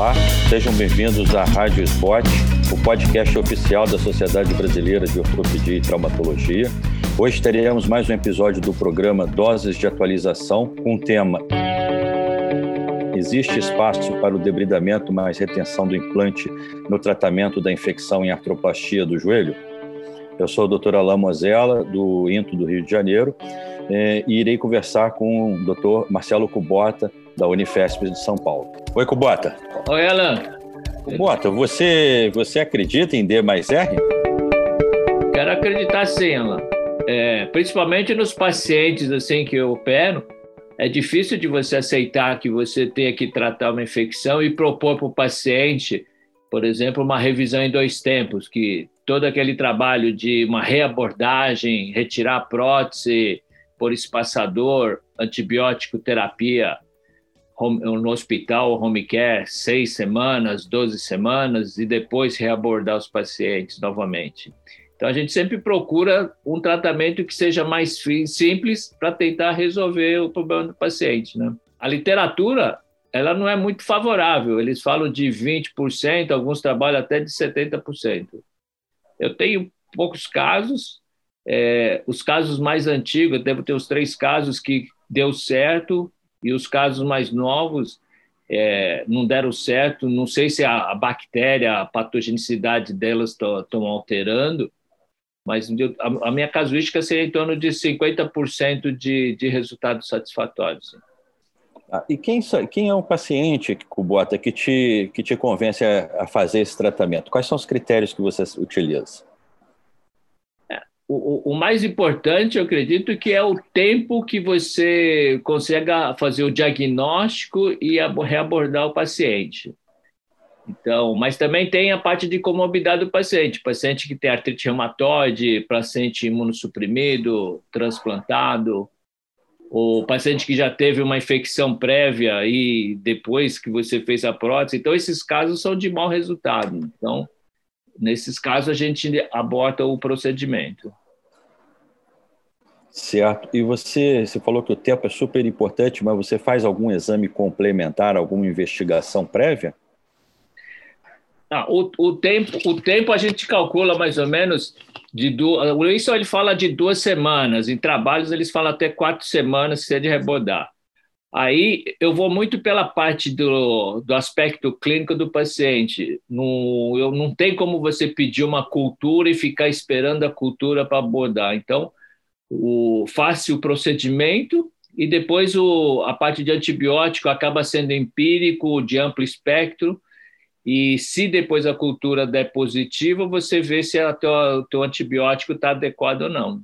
Olá, sejam bem-vindos à Rádio SBOT, o podcast oficial da Sociedade Brasileira de Ortopedia e Traumatologia. Hoje teremos mais um episódio do programa Doses de Atualização com o tema Existe espaço para o debridamento mais retenção do implante no tratamento da infecção em artroplastia do joelho? Eu sou o Dr. Alain Mosella, do INTO do Rio de Janeiro, e irei conversar com o Dr. Marcelo Kubota, da Unifesp de São Paulo. Oi, Kubota. Oi, Alain. Kubota, você acredita em D mais R? Quero acreditar sim, Alain. Principalmente nos pacientes assim, que eu opero, é difícil de você aceitar que você tenha que tratar uma infecção e propor para o paciente, por exemplo, uma revisão em 2 tempos, que todo aquele trabalho de uma reabordagem, retirar a prótese por espaçador, antibiótico terapia no hospital, home care, 6 semanas, 12 semanas, e depois reabordar os pacientes novamente. Então, a gente sempre procura um tratamento que seja mais simples para tentar resolver o problema do paciente, né? A literatura, ela não é muito favorável. Eles falam de 20%, alguns trabalham até de 70%. Eu tenho poucos casos. Os casos mais antigos, eu devo ter os 3 casos que deu certo, e os casos mais novos não deram certo. Não sei se a bactéria, a patogenicidade delas estão alterando, mas a minha casuística seria em torno de 50% de resultados satisfatórios. E quem é o paciente, Kubota, que te convence a fazer esse tratamento? Quais são os critérios que você utiliza? O mais importante, eu acredito, que é o tempo que você consegue fazer o diagnóstico e reabordar o paciente. Então, mas também tem a parte de comorbidade do paciente que tem artrite reumatoide, paciente imunossuprimido, transplantado, o paciente que já teve uma infecção prévia e depois que você fez a prótese. Então, esses casos são de mau resultado. Então, nesses casos, a gente aborta o procedimento. Certo. E você falou que o tempo é super importante, mas você faz algum exame complementar, alguma investigação prévia? O tempo a gente calcula mais ou menos o Wilson ele fala de 2 semanas, em trabalhos eles falam até 4 semanas se é de rebordar. Aí eu vou muito pela parte do aspecto clínico do paciente. Não tem como você pedir uma cultura e ficar esperando a cultura para abordar. Então, faça o procedimento e depois a parte de antibiótico acaba sendo empírico, de amplo espectro. E se depois a cultura der positiva, você vê se o teu antibiótico está adequado ou não.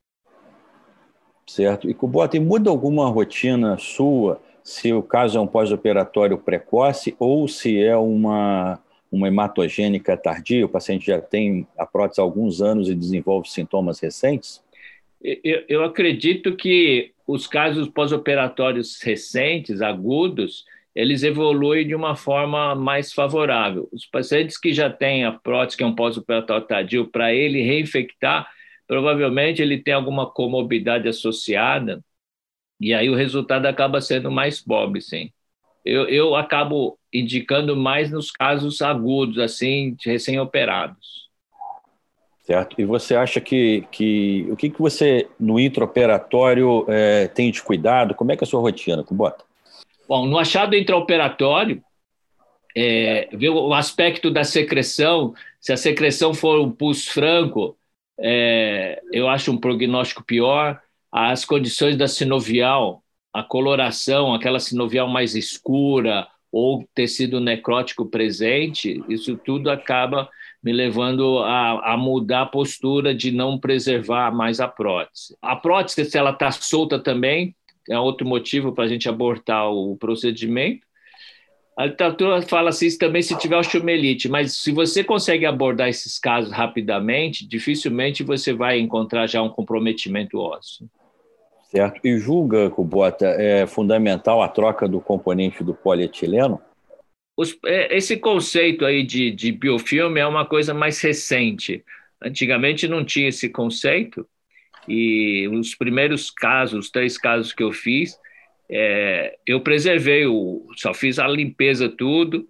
Certo. E, Kubota, muda alguma rotina sua se o caso é um pós-operatório precoce ou se é uma hematogênica tardia, o paciente já tem a prótese há alguns anos e desenvolve sintomas recentes? Eu acredito que os casos pós-operatórios recentes, agudos, eles evoluem de uma forma mais favorável. Os pacientes que já têm a prótese, que é um pós-operatório tardio, para ele reinfectar, provavelmente ele tem alguma comorbidade associada, e aí o resultado acaba sendo mais pobre, sim. Eu acabo indicando mais nos casos agudos, assim, de recém-operados. Certo. E você acha que o que você, no intraoperatório, tem de cuidado? Como é que é a sua rotina, Kubota? Bom, no achado intraoperatório, ver o aspecto da secreção. Se a secreção for um pus franco, eu acho um prognóstico pior. As condições da sinovial, a coloração, aquela sinovial mais escura ou tecido necrótico presente, isso tudo acaba me levando a mudar a postura de não preservar mais a prótese. A prótese, se ela está solta também, é outro motivo para a gente abortar o procedimento. A literatura fala assim também se tiver osteomielite, mas se você consegue abordar esses casos rapidamente, dificilmente você vai encontrar já um comprometimento ósseo. Certo. E julga, Kubota, é fundamental a troca do componente do polietileno? Esse conceito aí de biofilme é uma coisa mais recente. Antigamente não tinha esse conceito, e os primeiros casos, os 3 casos que eu fiz, eu preservei, só fiz a limpeza tudo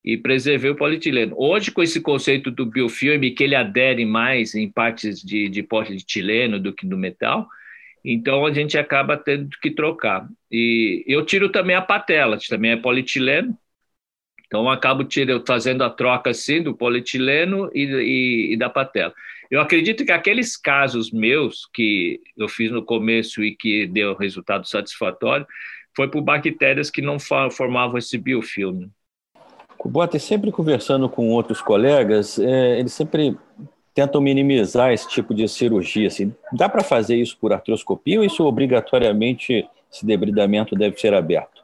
e preservei o polietileno. Hoje, com esse conceito do biofilme, que ele adere mais em partes de polietileno do que do metal, então a gente acaba tendo que trocar. E eu tiro também a patela, que também é polietileno, então eu acabo fazendo a troca assim do polietileno e da patela. Eu acredito que aqueles casos meus que eu fiz no começo e que deu resultado satisfatório foi por bactérias que não formavam esse biofilme. Kubota, sempre conversando com outros colegas, eles sempre tentam minimizar esse tipo de cirurgia. Assim. Dá para fazer isso por artroscopia ou isso obrigatoriamente, esse debridamento deve ser aberto?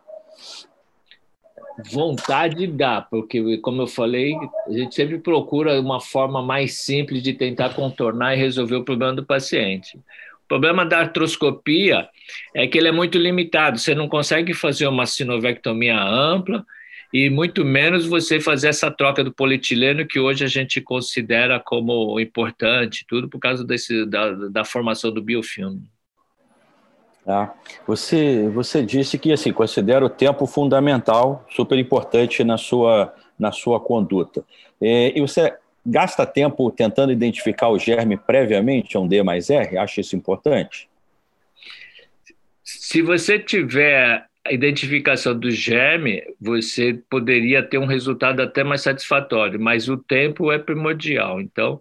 Vontade dá, porque, como eu falei, a gente sempre procura uma forma mais simples de tentar contornar e resolver o problema do paciente. O problema da artroscopia é que ele é muito limitado, você não consegue fazer uma sinovectomia ampla e muito menos você fazer essa troca do polietileno que hoje a gente considera como importante, tudo por causa da formação do biofilme. Ah, você disse que assim, considera o tempo fundamental, super importante na sua conduta. E você gasta tempo tentando identificar o germe previamente, um D mais R? Acha isso importante? Se você tiver a identificação do germe, você poderia ter um resultado até mais satisfatório, mas o tempo é primordial. Então,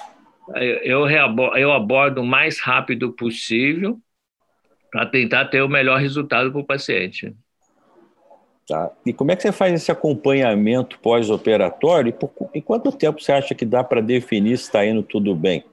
eu abordo o mais rápido possível para tentar ter o melhor resultado para o paciente. Tá. E como é que você faz esse acompanhamento pós-operatório? E quanto tempo você acha que dá para definir se está indo tudo bem?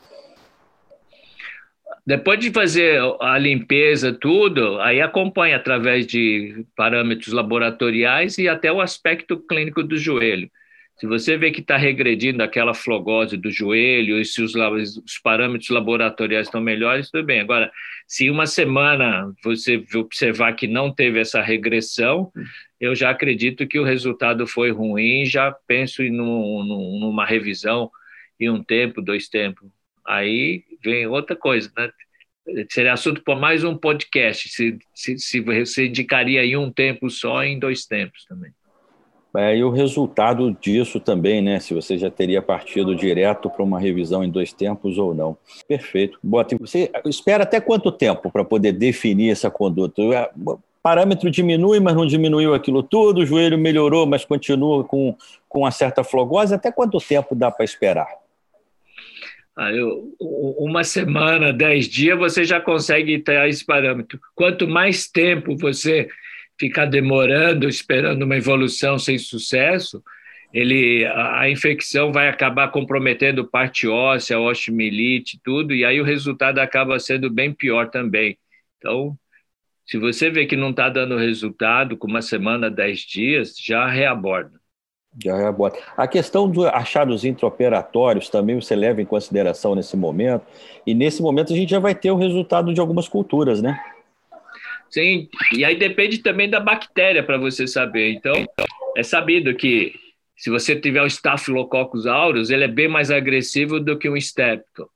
Depois de fazer a limpeza, tudo, aí acompanha através de parâmetros laboratoriais e até o aspecto clínico do joelho. Se você vê que está regredindo aquela flogose do joelho, e se os parâmetros laboratoriais estão melhores, tudo bem. Agora, se uma semana você observar que não teve essa regressão, eu já acredito que o resultado foi ruim, já penso numa revisão em um tempo, 2 tempos. Aí vem outra coisa, né? Seria assunto para mais um podcast, se você indicaria em um tempo só, em 2 tempos também. E o resultado disso também, né? Se você já teria partido direto para uma revisão em 2 tempos ou não. Perfeito. Bota, você espera até quanto tempo para poder definir essa conduta? O parâmetro diminui, mas não diminuiu aquilo tudo, o joelho melhorou, mas continua com uma certa flogose. Até quanto tempo dá para esperar? Uma semana, 10 dias, você já consegue ter esse parâmetro. Quanto mais tempo você ficar demorando, esperando uma evolução sem sucesso, a infecção vai acabar comprometendo parte óssea, osteomielite, tudo, e aí o resultado acaba sendo bem pior também. Então, se você vê que não está dando resultado, com uma semana, 10 dias, já reaborda. Já reaborda. A questão dos achados intraoperatórios também você leva em consideração nesse momento, e nesse momento a gente já vai ter o resultado de algumas culturas, né? Sim, e aí depende também da bactéria para você saber. Então, é sabido que se você tiver o Staphylococcus aureus, ele é bem mais agressivo do que um Strepto.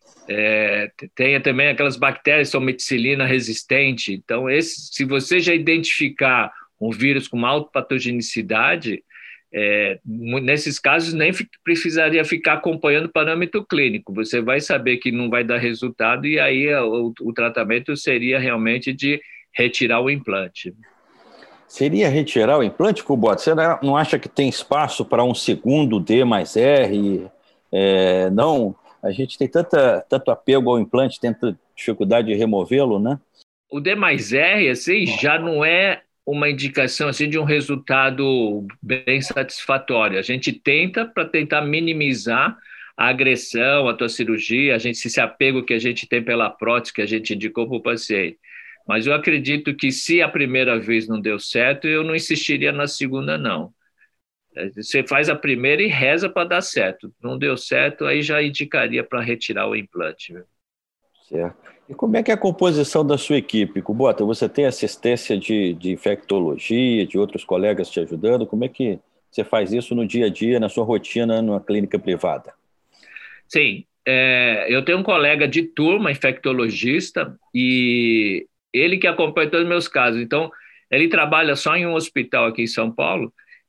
Tem também aquelas bactérias que são meticilina resistente. Então, se você já identificar um vírus com uma alta patogenicidade, nesses casos nem precisaria ficar acompanhando o parâmetro clínico. Você vai saber que não vai dar resultado e aí o tratamento seria realmente de retirar o implante. Seria retirar o implante, Kubota? Você não acha que tem espaço para um segundo D mais R? Não, a gente tem tanto apego ao implante, tanta dificuldade de removê-lo, né? O D mais R, assim, já não é uma indicação assim, de um resultado bem satisfatório. A gente tenta para tentar minimizar a agressão, a tua cirurgia, esse apego que a gente tem pela prótese que a gente indicou para o paciente. Mas eu acredito que se a primeira vez não deu certo, eu não insistiria na segunda, não. Você faz a primeira e reza para dar certo. Não deu certo, aí já indicaria para retirar o implante. Certo. E como é que é a composição da sua equipe, Kubota? Você tem assistência de infectologia, de outros colegas te ajudando? Como é que você faz isso no dia a dia, na sua rotina, numa clínica privada? Sim, eu tenho um colega de turma, infectologista, e ele que acompanha todos os meus casos. Então, ele trabalha só em um hospital aqui em São Paulo,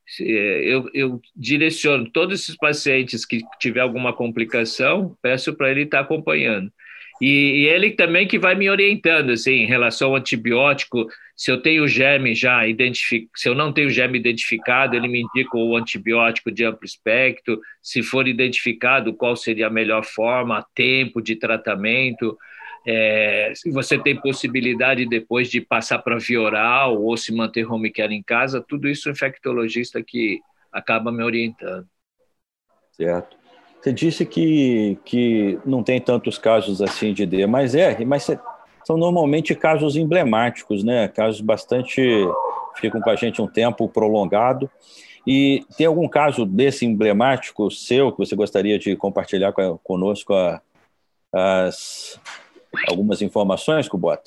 Eu direciono todos esses pacientes que tiver alguma complicação, peço para ele estar acompanhando. E ele também que vai me orientando, assim, em relação ao antibiótico, se eu tenho germe já identificado, se eu não tenho germe identificado, ele me indica o antibiótico de amplo espectro, se for identificado, qual seria a melhor forma, tempo de tratamento, se você tem possibilidade depois de passar para via oral ou se manter home care em casa, tudo isso o infectologista que acaba me orientando. Certo. Você disse que não tem tantos casos assim de D+R, mas são normalmente casos emblemáticos, né? Casos bastante ficam com a gente um tempo prolongado. E tem algum caso desse emblemático seu que você gostaria de compartilhar conosco algumas informações, Kubota?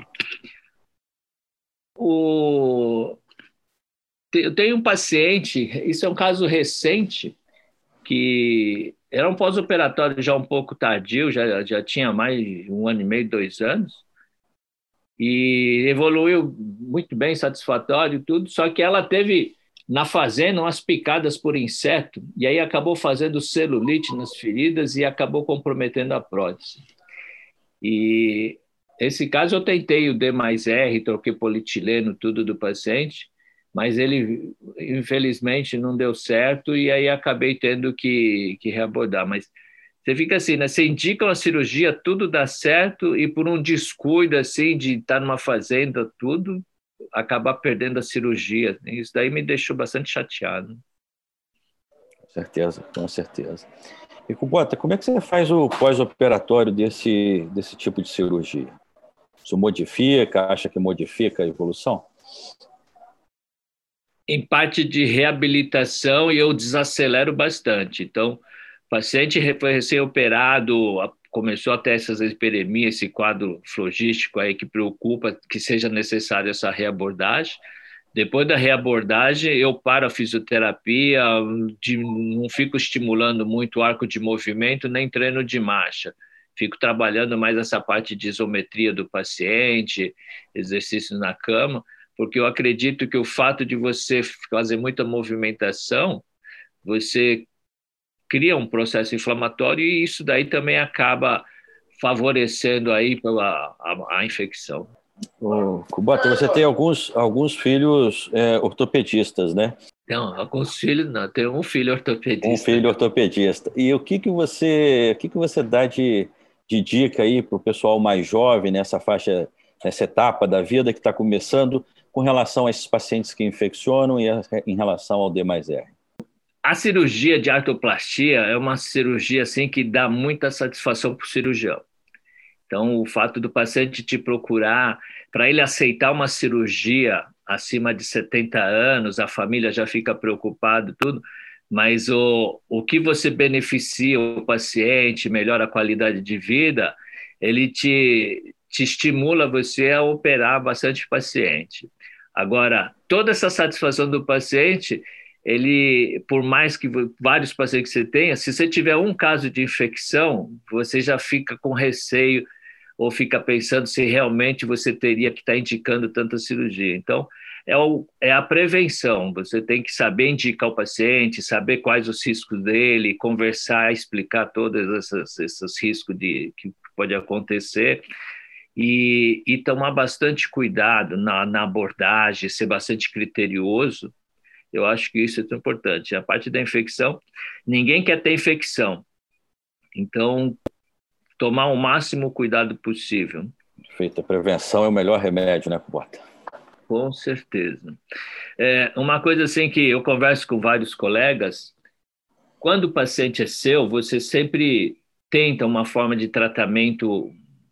Eu tenho um paciente, isso é um caso recente, que era um pós-operatório já um pouco tardio, já tinha mais de 1 ano e meio, 2 anos, e evoluiu muito bem, satisfatório, tudo, só que ela teve na fazenda umas picadas por inseto, e aí acabou fazendo celulite nas feridas e acabou comprometendo a prótese. E esse caso eu tentei o D+R, troquei polietileno, tudo do paciente, mas ele, infelizmente, não deu certo e aí acabei tendo que reabordar. Mas você fica assim, né? Você indica uma cirurgia, tudo dá certo e por um descuido, assim, de estar numa fazenda, tudo, acabar perdendo a cirurgia. Isso daí me deixou bastante chateado. Com certeza, com certeza. E, Kubota, como é que você faz o pós-operatório desse tipo de cirurgia? Isso modifica, acha que modifica a evolução? Em parte de reabilitação, e eu desacelero bastante. Então, o paciente foi recém-operado, começou a ter essas hiperemias, esse quadro flogístico aí que preocupa que seja necessário essa reabordagem. Depois da reabordagem, eu paro a fisioterapia, não fico estimulando muito o arco de movimento, nem treino de marcha. Fico trabalhando mais essa parte de isometria do paciente, exercícios na cama, porque eu acredito que o fato de você fazer muita movimentação, você cria um processo inflamatório e isso daí também acaba favorecendo aí a infecção. Kubota, você tem alguns filhos ortopedistas, né? Não, alguns filhos não, tenho um filho Um ortopedista. filho ortopedista. E o que você dá de dica aí para o pessoal mais jovem nessa faixa, nessa etapa da vida que está começando, com relação a esses pacientes que infeccionam e em relação ao D+R? A cirurgia de artroplastia é uma cirurgia assim que dá muita satisfação para o cirurgião. Então, o fato do paciente te procurar, para ele aceitar uma cirurgia acima de 70 anos, a família já fica preocupada, tudo, mas o que você beneficia o paciente, melhora a qualidade de vida, ele te estimula você a operar bastante paciente. Agora, toda essa satisfação do paciente, ele, por mais que vários pacientes que você tenha, se você tiver um caso de infecção, você já fica com receio ou fica pensando se realmente você teria que estar indicando tanta cirurgia. Então, é a prevenção. Você tem que saber indicar o paciente, saber quais os riscos dele, conversar, explicar todos esses riscos que pode acontecer e tomar bastante cuidado na abordagem, ser bastante criterioso. Eu acho que isso é tão importante. A parte da infecção, ninguém quer ter infecção. Então, tomar o máximo cuidado possível. Feita a prevenção é o melhor remédio, né, Kubota? Com certeza. Uma coisa assim que eu converso com vários colegas, quando o paciente é seu, você sempre tenta uma forma de tratamento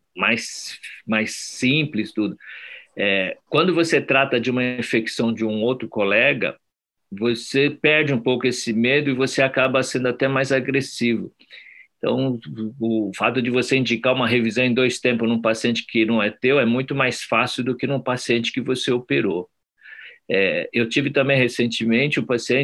mais simples, tudo. Quando você trata de uma infecção de um outro colega, você perde um pouco esse medo e você acaba sendo até mais agressivo. Então, o fato de você indicar uma revisão em 2 tempos num paciente que não é teu é muito mais fácil do que num paciente que você operou. Eu tive também recentemente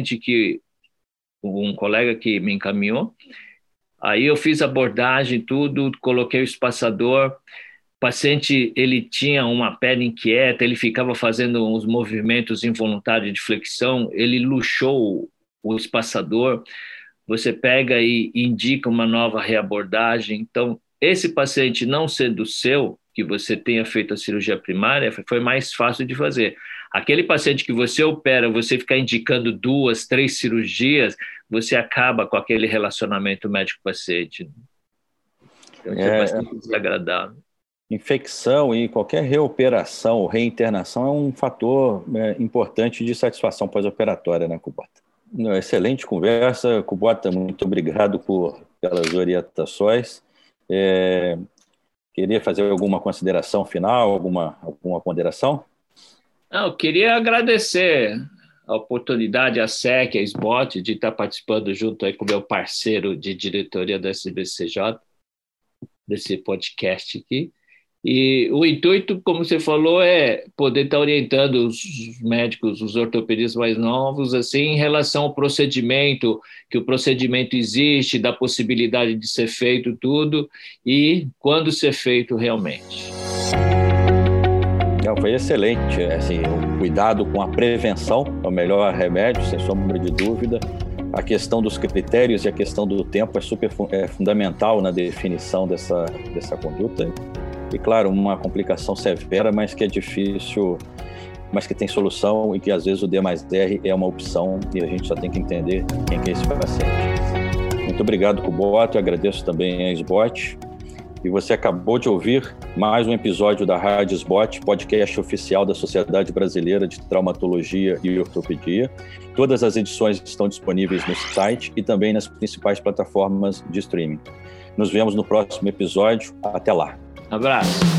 um colega que me encaminhou, aí eu fiz a abordagem, tudo, coloquei o espaçador, paciente ele tinha uma perna inquieta, ele ficava fazendo uns movimentos involuntários de flexão, ele luxou o espaçador, você pega e indica uma nova reabordagem. Então, esse paciente não sendo seu, que você tenha feito a cirurgia primária, foi mais fácil de fazer. Aquele paciente que você opera, você ficar indicando 2, 3 cirurgias, você acaba com aquele relacionamento médico-paciente. Então, isso é bastante desagradável. Infecção e qualquer reoperação ou reinternação é um fator importante de satisfação pós-operatória, né, Kubota? Excelente conversa, Kubota, muito obrigado pelas orientações. Queria fazer alguma consideração final, alguma ponderação? Eu queria agradecer a oportunidade, a SEC, a SBOT, de estar participando junto aí com o meu parceiro de diretoria da SBCJ, desse podcast aqui. E o intuito, como você falou, é poder estar orientando os médicos, os ortopedistas mais novos, assim, em relação ao procedimento, que o procedimento existe, da possibilidade de ser feito tudo e quando ser feito realmente. Foi excelente. Assim, o cuidado com a prevenção é o melhor remédio, sem sombra de dúvida. A questão dos critérios e a questão do tempo é fundamental na definição dessa conduta. E, claro, uma complicação severa, mas que é difícil, mas que tem solução e que, às vezes, o D+R é uma opção e a gente só tem que entender quem é esse paciente. Muito obrigado, Kubota. Eu agradeço também a SBOT. E você acabou de ouvir mais um episódio da Rádio SBOT, podcast oficial da Sociedade Brasileira de Traumatologia e Ortopedia. Todas as edições estão disponíveis no site e também nas principais plataformas de streaming. Nos vemos no próximo episódio. Até lá. Abraço.